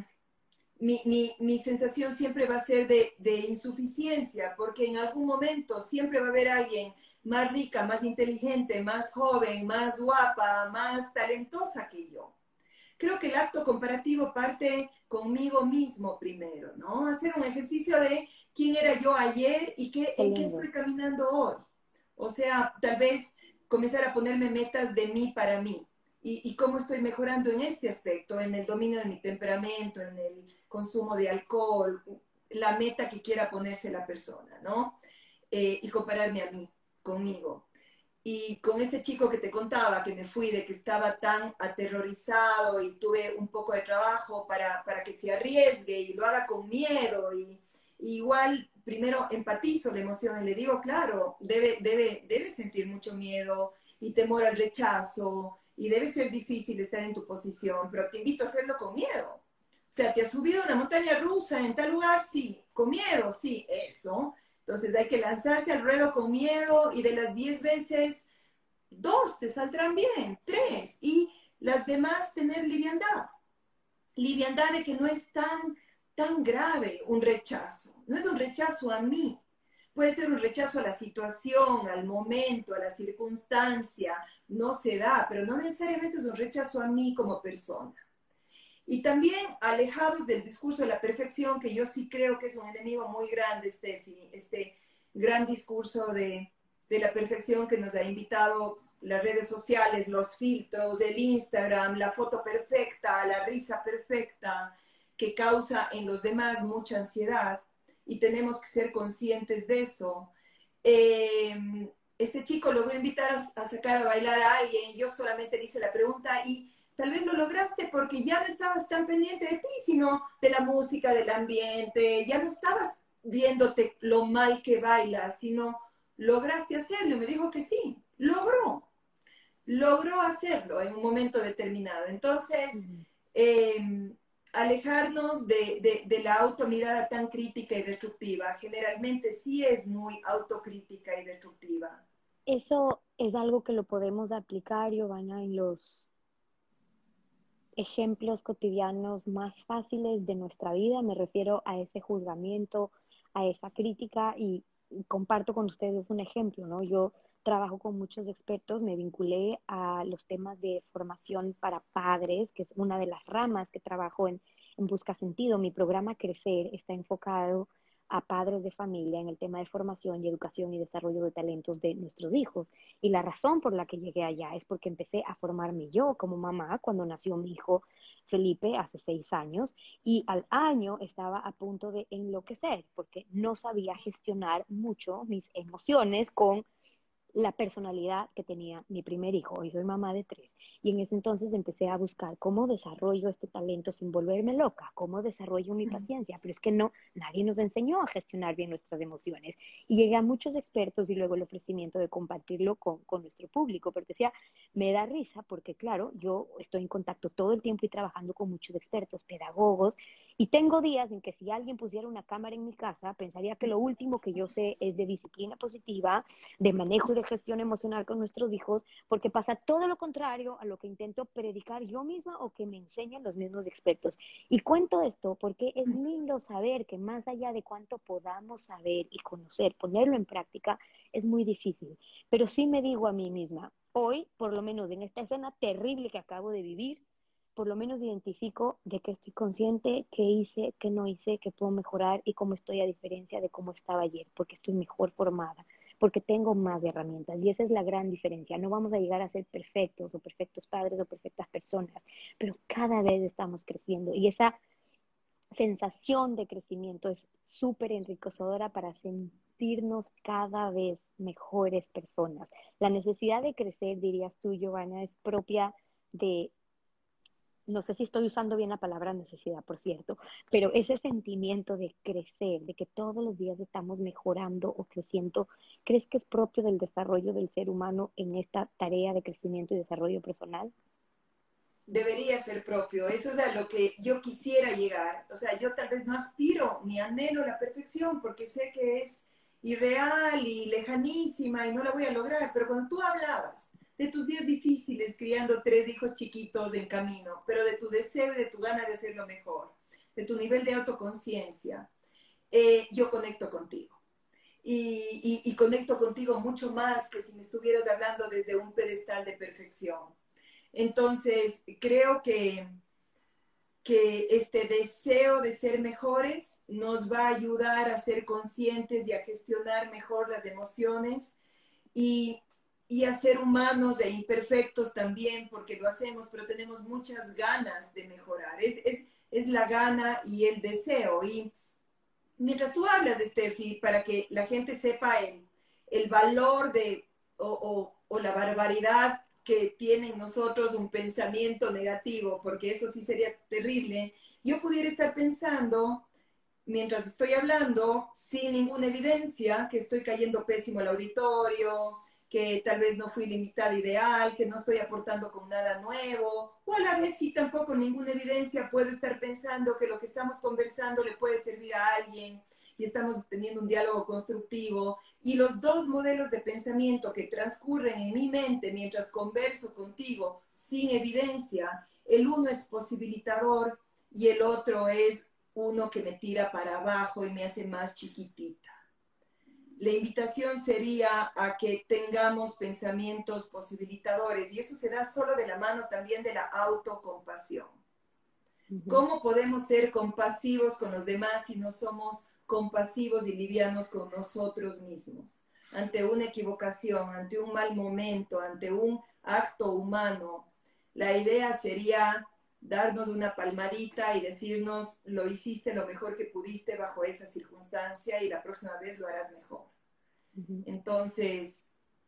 mi sensación siempre va a ser de insuficiencia, porque en algún momento siempre va a haber alguien más rica, más inteligente, más joven, más guapa, más talentosa que yo. Creo que el acto comparativo parte conmigo mismo primero, ¿no? Hacer un ejercicio de quién era yo ayer y Qué en qué lindo. estoy caminando hoy. O sea, tal vez comenzar a ponerme metas de mí para mí y cómo estoy mejorando en este aspecto, en el dominio de mi temperamento, en el consumo de alcohol, la meta que quiera ponerse la persona, ¿no? Y compararme a mí, conmigo. Y con este chico que te contaba, que me fui de que estaba tan aterrorizado y tuve un poco de trabajo para que se arriesgue y lo haga con miedo. Y igual, primero empatizo la emoción y le digo, claro, debe sentir mucho miedo y temor al rechazo y debe ser difícil estar en tu posición, pero te invito a hacerlo con miedo. O sea, ¿te has subido a una montaña rusa en tal lugar? Sí. ¿Con miedo? Sí, eso. Entonces hay que lanzarse al ruedo con miedo y de las 10 veces, 2 te saldrán bien, 3 y las demás tener liviandad. Liviandad de que no es tan grave un rechazo. No es un rechazo a mí. Puede ser un rechazo a la situación, al momento, a la circunstancia. No se da, pero no necesariamente es un rechazo a mí como persona. Y también alejados del discurso de la perfección, que yo sí creo que es un enemigo muy grande, Steffi, este gran discurso de la perfección que nos ha invitado las redes sociales, los filtros, el Instagram, la foto perfecta, la risa perfecta, que causa en los demás mucha ansiedad y tenemos que ser conscientes de eso. Este chico logró invitar a sacar a bailar a alguien y yo solamente le hice la pregunta y tal vez lo lograste porque ya no estabas tan pendiente de ti, sino de la música, del ambiente, ya no estabas viéndote lo mal que bailas, sino lograste hacerlo. Y me dijo que sí, logró hacerlo en un momento determinado. Entonces, Ujú. eh, alejarnos de la automirada tan crítica y destructiva, generalmente sí es muy autocrítica y destructiva. Eso es algo que lo podemos aplicar, Giovanna, en los ejemplos cotidianos más fáciles de nuestra vida. Me refiero a ese juzgamiento, a esa crítica y comparto con ustedes un ejemplo, ¿no? Yo trabajo con muchos expertos, me vinculé a los temas de formación para padres, que es una de las ramas que trabajo en Busca Sentido, mi programa Crecer está enfocado a padres de familia en el tema de formación y educación y desarrollo de talentos de nuestros hijos. Y la razón por la que llegué allá es porque empecé a formarme yo como mamá cuando nació mi hijo Felipe hace 6 años, y al año estaba a punto de enloquecer porque no sabía gestionar mucho mis emociones con la personalidad que tenía mi primer hijo. Hoy soy mamá de 3. Y en ese entonces empecé a buscar cómo desarrollo este talento sin volverme loca, cómo desarrollo mi paciencia. Pero es que no, nadie nos enseñó a gestionar bien nuestras emociones. Y llegué a muchos expertos y luego el ofrecimiento de compartirlo con nuestro público. Pero decía, me da risa porque, claro, yo estoy en contacto todo el tiempo y trabajando con muchos expertos, pedagogos, y tengo días en que si alguien pusiera una cámara en mi casa, pensaría que lo último que yo sé es de disciplina positiva, de manejo y de gestión emocional con nuestros hijos, porque pasa todo lo contrario a lo que intento predicar yo misma o que me enseñan los mismos expertos. Y cuento esto porque es lindo saber que más allá de cuánto podamos saber y conocer, ponerlo en práctica es muy difícil. Pero sí me digo a mí misma, hoy, por lo menos en esta escena terrible que acabo de vivir, por lo menos identifico de que estoy consciente, qué hice, qué no hice, qué puedo mejorar y cómo estoy a diferencia de cómo estaba ayer, porque estoy mejor formada, porque tengo más herramientas. Y esa es la gran diferencia. No vamos a llegar a ser perfectos o perfectos padres o perfectas personas, pero cada vez estamos creciendo. Y esa sensación de crecimiento es súper enriquecedora para sentirnos cada vez mejores personas. La necesidad de crecer, dirías tú, Giovanna, es propia de, no sé si estoy usando bien la palabra necesidad, por cierto, pero ese sentimiento de crecer, de que todos los días estamos mejorando o creciendo, ¿crees que es propio del desarrollo del ser humano en esta tarea de crecimiento y desarrollo personal? Debería ser propio. Eso es a lo que yo quisiera llegar. O sea, yo tal vez no aspiro ni anhelo la perfección porque sé que es irreal y lejanísima y no la voy a lograr. Pero cuando tú hablabas de tus días difíciles criando 3 hijos chiquitos en camino, pero de tu deseo y de tu gana de hacerlo mejor, de tu nivel de autoconciencia, yo conecto contigo. Y conecto contigo mucho más que si me estuvieras hablando desde un pedestal de perfección. Entonces, creo que este deseo de ser mejores nos va a ayudar a ser conscientes y a gestionar mejor las emociones y, y a ser humanos e imperfectos también, porque lo hacemos, pero tenemos muchas ganas de mejorar. Es la gana y el deseo. Y mientras tú hablas, Steffi, para que la gente sepa el valor de, o la barbaridad que tiene en nosotros un pensamiento negativo, porque eso sí sería terrible, yo pudiera estar pensando, mientras estoy hablando, sin ninguna evidencia, que estoy cayendo pésimo al auditorio, que tal vez no fui la invitada ideal, que no estoy aportando con nada nuevo, o a la vez sí tampoco ninguna evidencia puedo estar pensando que lo que estamos conversando le puede servir a alguien y estamos teniendo un diálogo constructivo. Y los dos modelos de pensamiento que transcurren en mi mente mientras converso contigo sin evidencia, el uno es posibilitador y el otro es uno que me tira para abajo y me hace más chiquitita. La invitación sería a que tengamos pensamientos posibilitadores y eso se da solo de la mano también de la autocompasión. ¿Cómo podemos ser compasivos con los demás si no somos compasivos y livianos con nosotros mismos? Ante una equivocación, ante un mal momento, ante un acto humano, la idea sería darnos una palmadita y decirnos, lo hiciste lo mejor que pudiste bajo esa circunstancia y la próxima vez lo harás mejor. Entonces,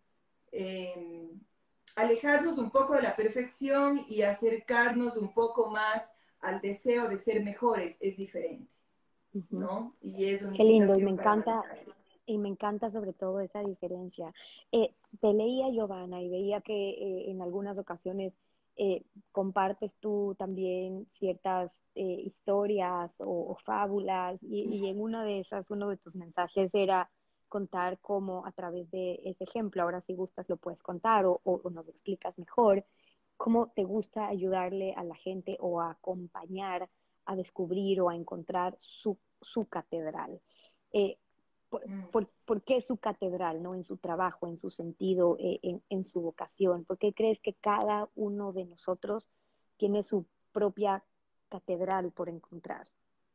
alejarnos un poco de la perfección y acercarnos un poco más al deseo de ser mejores es diferente, ¿no? Y es una Qué lindo, invitación para manejar esto. y me encanta sobre todo esa diferencia. Te leía, Giovanna, y veía que en algunas ocasiones compartes tú también ciertas historias o fábulas, y en una de esas, uno de tus mensajes era contar cómo a través de ese ejemplo, ahora si gustas lo puedes contar o nos explicas mejor, cómo te gusta ayudarle a la gente o a acompañar a descubrir o a encontrar su catedral. Eh, por qué su catedral, ¿no? En su trabajo, en su sentido, en su vocación? ¿Por qué crees que cada uno de nosotros tiene su propia catedral por encontrar?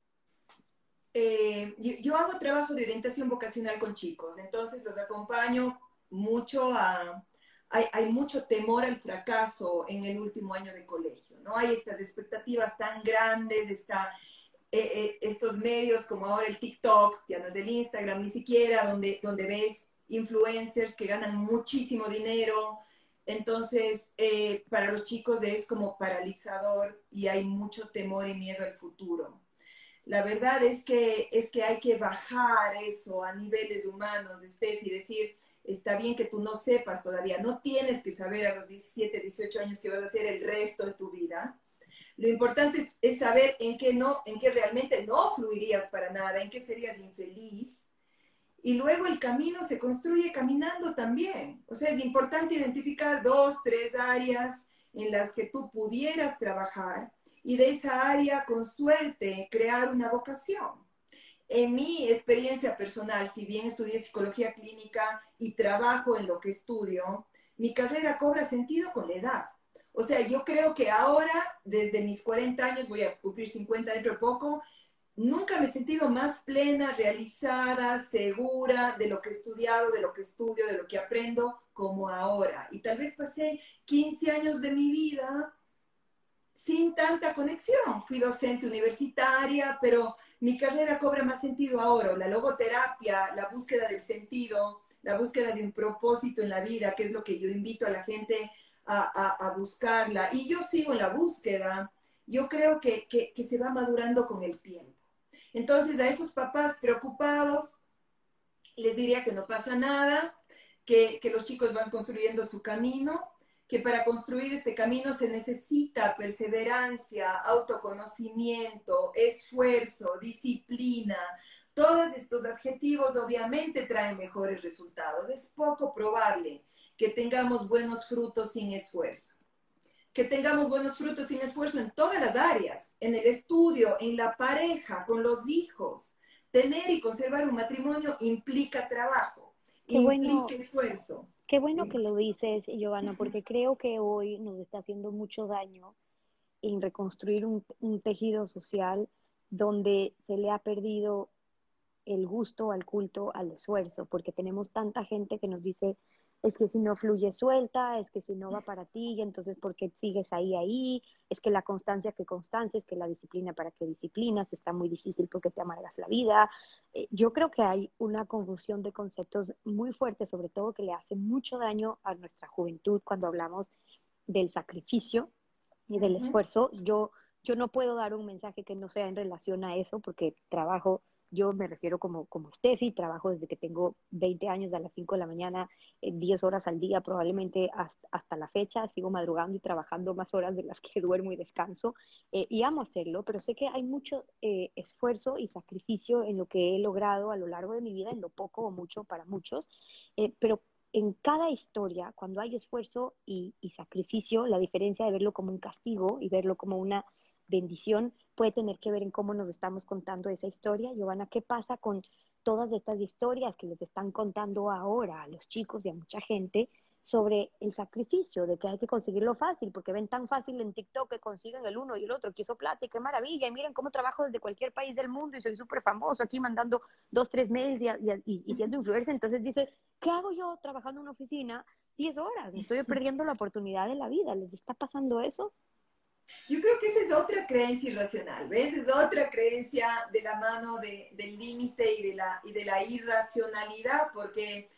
Yo hago trabajo de orientación vocacional con chicos, entonces los acompaño mucho a... Hay mucho temor al fracaso en el último año de colegio, ¿no? Hay estas expectativas tan grandes, estos medios como ahora el TikTok, ya no es el Instagram ni siquiera, donde ves influencers que ganan muchísimo dinero. Entonces, para los chicos es como paralizador y hay mucho temor y miedo al futuro. La verdad es que hay que bajar eso a niveles humanos, Steph, y decir, está bien que tú no sepas todavía, no tienes que saber a los 17, 18 años qué vas a hacer el resto de tu vida. Lo importante es saber en qué realmente no fluirías para nada, en qué serías infeliz. Y luego el camino se construye caminando también. O sea, es importante identificar 2, 3 áreas en las que tú pudieras trabajar y de esa área, con suerte, crear una vocación. En mi experiencia personal, si bien estudié psicología clínica y trabajo en lo que estudio, mi carrera cobra sentido con la edad. O sea, yo creo que ahora, desde mis 40 años, voy a cumplir 50 dentro de poco, nunca me he sentido más plena, realizada, segura de lo que he estudiado, de lo que estudio, de lo que aprendo, como ahora. Y tal vez pasé 15 años de mi vida sin tanta conexión. Fui docente universitaria, pero mi carrera cobra más sentido ahora. La logoterapia, la búsqueda del sentido, la búsqueda de un propósito en la vida, que es lo que yo invito a la gente a buscarla. Y yo sigo en la búsqueda. Yo creo que se va madurando con el tiempo. Entonces, a esos papás preocupados, les diría que no pasa nada, que los chicos van construyendo su camino, que para construir este camino se necesita perseverancia, autoconocimiento, esfuerzo, disciplina. Todos estos adjetivos obviamente traen mejores resultados. Es poco probable que tengamos buenos frutos sin esfuerzo. Que tengamos buenos frutos sin esfuerzo en todas las áreas, en el estudio, en la pareja, con los hijos. Tener y conservar un matrimonio implica trabajo, Qué implica bueno, esfuerzo. qué bueno que lo dices, Giovanna, porque creo que hoy nos está haciendo mucho daño en reconstruir un tejido social donde se le ha perdido el gusto al culto, al esfuerzo, porque tenemos tanta gente que nos dice, es que si no fluye suelta, es que si no va para ti, y entonces ¿por qué sigues ahí? Es que la constancia, que constancia, es que la disciplina, para qué disciplinas, está muy difícil porque te amargas la vida. Yo creo que hay una confusión de conceptos muy fuerte, sobre todo que le hace mucho daño a nuestra juventud cuando hablamos del sacrificio y del esfuerzo. Yo no puedo dar un mensaje que no sea en relación a eso, porque trabajo, yo me refiero como Steffi, trabajo desde que tengo 20 años a las 5 de la mañana, 10 horas al día, probablemente hasta la fecha, sigo madrugando y trabajando más horas de las que duermo y descanso, y amo hacerlo, pero sé que hay mucho esfuerzo y sacrificio en lo que he logrado a lo largo de mi vida, en lo poco o mucho para muchos, pero en cada historia, cuando hay esfuerzo y sacrificio, la diferencia de verlo como un castigo y verlo como una bendición puede tener que ver en cómo nos estamos contando esa historia. Giovanna, ¿qué pasa con todas estas historias que les están contando ahora a los chicos y a mucha gente sobre el sacrificio, de que hay que conseguirlo fácil, porque ven tan fácil en TikTok que consiguen el uno y el otro, que hizo plata y qué maravilla, y miren cómo trabajo desde cualquier país del mundo y soy súper famoso aquí mandando 2, 3 mails y siendo influencer? Entonces dice, ¿qué hago yo trabajando en una oficina 10 horas? Me estoy perdiendo la oportunidad de la vida. ¿Les está pasando eso? Yo creo que esa es otra creencia irracional, ¿ves? Es otra creencia de la mano del límite y de la irracionalidad, porque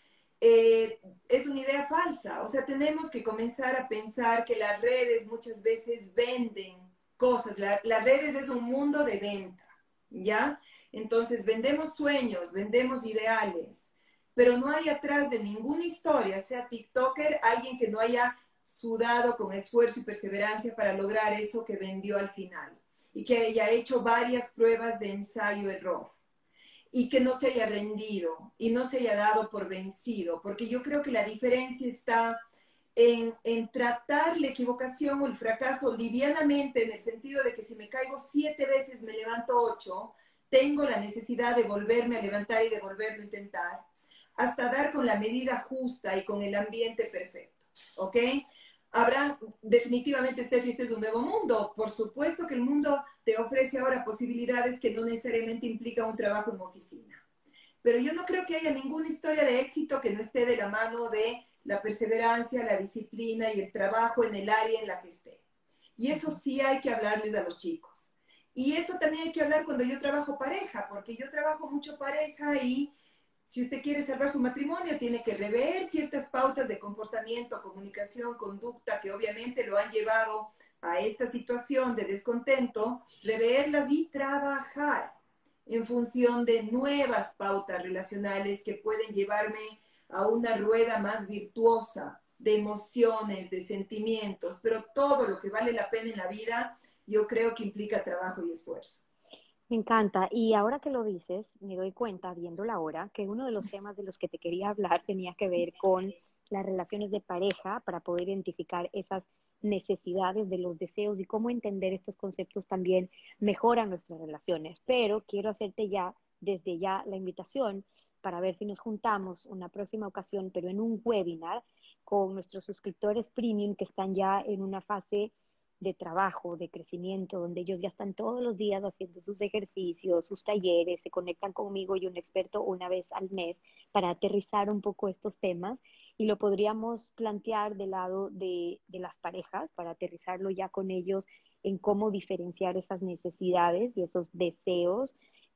es una idea falsa. O sea, tenemos que comenzar a pensar que las redes muchas veces venden cosas. Las redes es un mundo de venta, ¿ya? Entonces, vendemos sueños, vendemos ideales, pero no hay atrás de ninguna historia, sea TikToker, alguien que no haya sudado con esfuerzo y perseverancia para lograr eso que vendió al final y que haya hecho varias pruebas de ensayo-error y que no se haya rendido y no se haya dado por vencido, porque yo creo que la diferencia está en tratar la equivocación o el fracaso livianamente, en el sentido de que si me caigo 7 veces me levanto 8, tengo la necesidad de volverme a levantar y de volverlo a intentar, hasta dar con la medida justa y con el ambiente perfecto, ¿ok? Habrá, definitivamente, este es un nuevo mundo. Por supuesto que el mundo te ofrece ahora posibilidades que no necesariamente implican un trabajo en oficina. Pero yo no creo que haya ninguna historia de éxito que no esté de la mano de la perseverancia, la disciplina y el trabajo en el área en la que esté. Y eso sí hay que hablarles a los chicos. Y eso también hay que hablar cuando yo trabajo pareja, porque yo trabajo mucho pareja y si usted quiere salvar su matrimonio, tiene que rever ciertas pautas de comportamiento, comunicación, conducta, que obviamente lo han llevado a esta situación de descontento, reverlas y trabajar en función de nuevas pautas relacionales que pueden llevarme a una rueda más virtuosa de emociones, de sentimientos, pero todo lo que vale la pena en la vida, yo creo que implica trabajo y esfuerzo. Me encanta. Y ahora que lo dices, me doy cuenta, viendo la hora, que uno de los temas de los que te quería hablar tenía que ver con las relaciones de pareja para poder identificar esas necesidades de los deseos y cómo entender estos conceptos también mejoran nuestras relaciones. Pero quiero hacerte ya, desde ya, la invitación para ver si nos juntamos una próxima ocasión, pero en un webinar con nuestros suscriptores premium que están ya en una fase de trabajo, de crecimiento, donde ellos ya están todos los días haciendo sus ejercicios, sus talleres, se conectan conmigo y un experto una vez al mes para aterrizar un poco estos temas y lo podríamos plantear del lado de las parejas para aterrizarlo ya con ellos en cómo diferenciar esas necesidades y esos deseos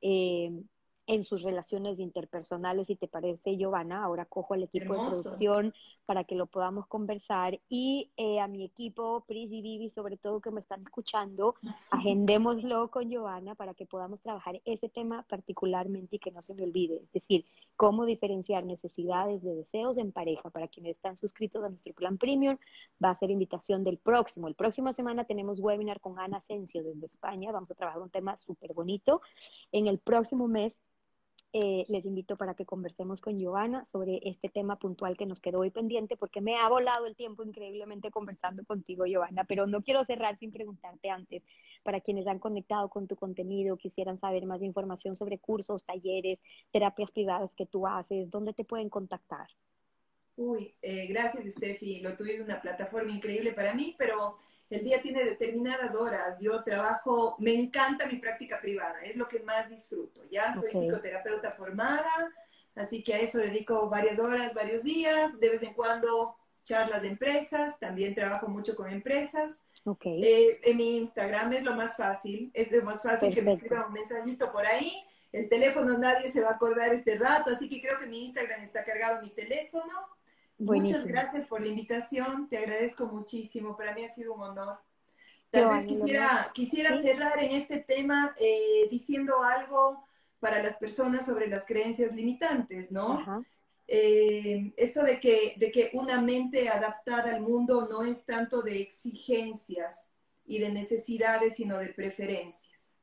en sus relaciones interpersonales. Si te parece, Giovanna, ahora cojo al equipo de Hermoso. producción para que lo podamos conversar y a mi equipo, Pris y Vivi, sobre todo que me están escuchando, agendémoslo con Giovanna para que podamos trabajar ese tema particularmente y que no se me olvide, es decir, cómo diferenciar necesidades de deseos en pareja. Para quienes están suscritos a nuestro plan premium, va a ser invitación del próximo. El próxima semana tenemos webinar con Ana Asensio desde España, vamos a trabajar un tema súper bonito. En el próximo mes les invito para que conversemos con Giovanna sobre este tema puntual que nos quedó hoy pendiente, porque me ha volado el tiempo increíblemente conversando contigo, Giovanna, pero no quiero cerrar sin preguntarte antes, para quienes han conectado con tu contenido, quisieran saber más información sobre cursos, talleres, terapias privadas que tú haces, ¿dónde te pueden contactar? Uy, gracias, Steffi. Lo tuve en una plataforma increíble para mí, pero el día tiene determinadas horas. Yo trabajo, me encanta mi práctica privada, es lo que más disfruto. Ya soy Ok, psicoterapeuta formada, así que a eso dedico varias horas, varios días. De vez en cuando charlas de empresas, también trabajo mucho con empresas. ok, En mi Instagram es lo más fácil que me perfecto, escriban un mensajito por ahí. El teléfono nadie se va a acordar este rato, así que creo que mi Instagram está cargado mi teléfono. Muchas buenísimo. gracias por la invitación, te agradezco muchísimo, para mí ha sido un honor. Tal vez Giovanna, el honor, quisiera sí, cerrar en este tema diciendo algo para las personas sobre las creencias limitantes, ¿no? ajá, Esto de que una mente adaptada al mundo no es tanto de exigencias y de necesidades, sino de preferencias.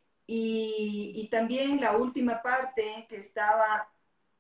Y también la última parte que estaba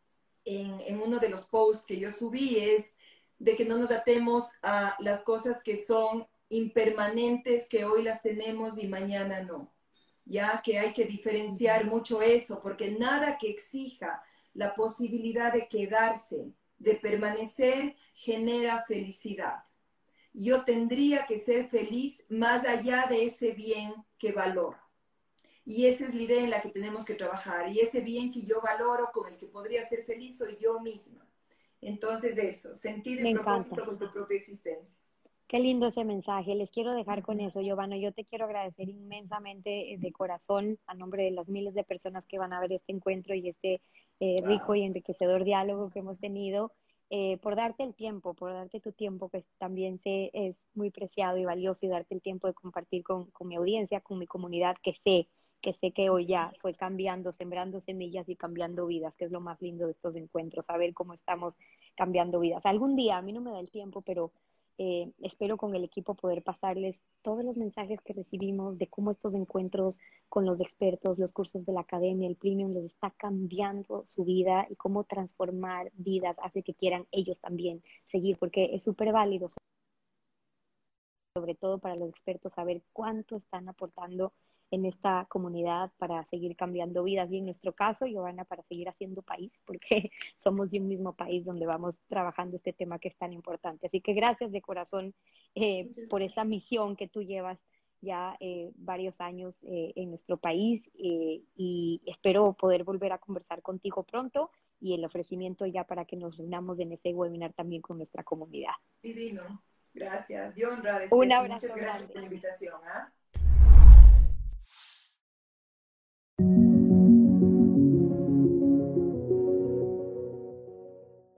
en uno de los posts que yo subí es de que no nos atemos a las cosas que son impermanentes, que hoy las tenemos y mañana no. Ya que hay que diferenciar ujú, mucho eso, porque nada que exija la posibilidad de quedarse, de permanecer, genera felicidad. Yo tendría que ser feliz más allá de ese bien que valoro. Y esa es la idea en la que tenemos que trabajar. Y ese bien que yo valoro, con el que podría ser feliz, soy yo misma. Entonces eso, sentido me y encanta. propósito con tu propia existencia. Qué lindo ese mensaje. Les quiero dejar con Ujú. eso, Giovanna. Yo te quiero agradecer inmensamente de corazón a nombre de las miles de personas que van a ver este encuentro y este rico Wow. y enriquecedor diálogo que hemos tenido, por darte el tiempo, por darte tu tiempo, que también sé es muy preciado y valioso, y darte el tiempo de compartir con mi audiencia, con mi comunidad, que sé que hoy ya fue cambiando, sembrando semillas y cambiando vidas, que es lo más lindo de estos encuentros, saber cómo estamos cambiando vidas. Algún día, a mí no me da el tiempo, pero espero con el equipo poder pasarles todos los mensajes que recibimos de cómo estos encuentros con los expertos, los cursos de la academia, el premium, les está cambiando su vida y cómo transformar vidas hace que quieran ellos también seguir, porque es súper válido, sobre todo para los expertos, saber cuánto están aportando en esta comunidad para seguir cambiando vidas y en nuestro caso, Giovanna, para seguir haciendo país, porque somos de un mismo país donde vamos trabajando este tema que es tan importante. Así que gracias de corazón Muchas por esta gracias. misión que tú llevas ya varios años en nuestro país y espero poder volver a conversar contigo pronto y el ofrecimiento ya para que nos reunamos en ese webinar también con nuestra comunidad. Divino. Gracias. Yo honrada, Un Steffi. Muchas abrazo gracias por grande. la invitación. ¿Ah?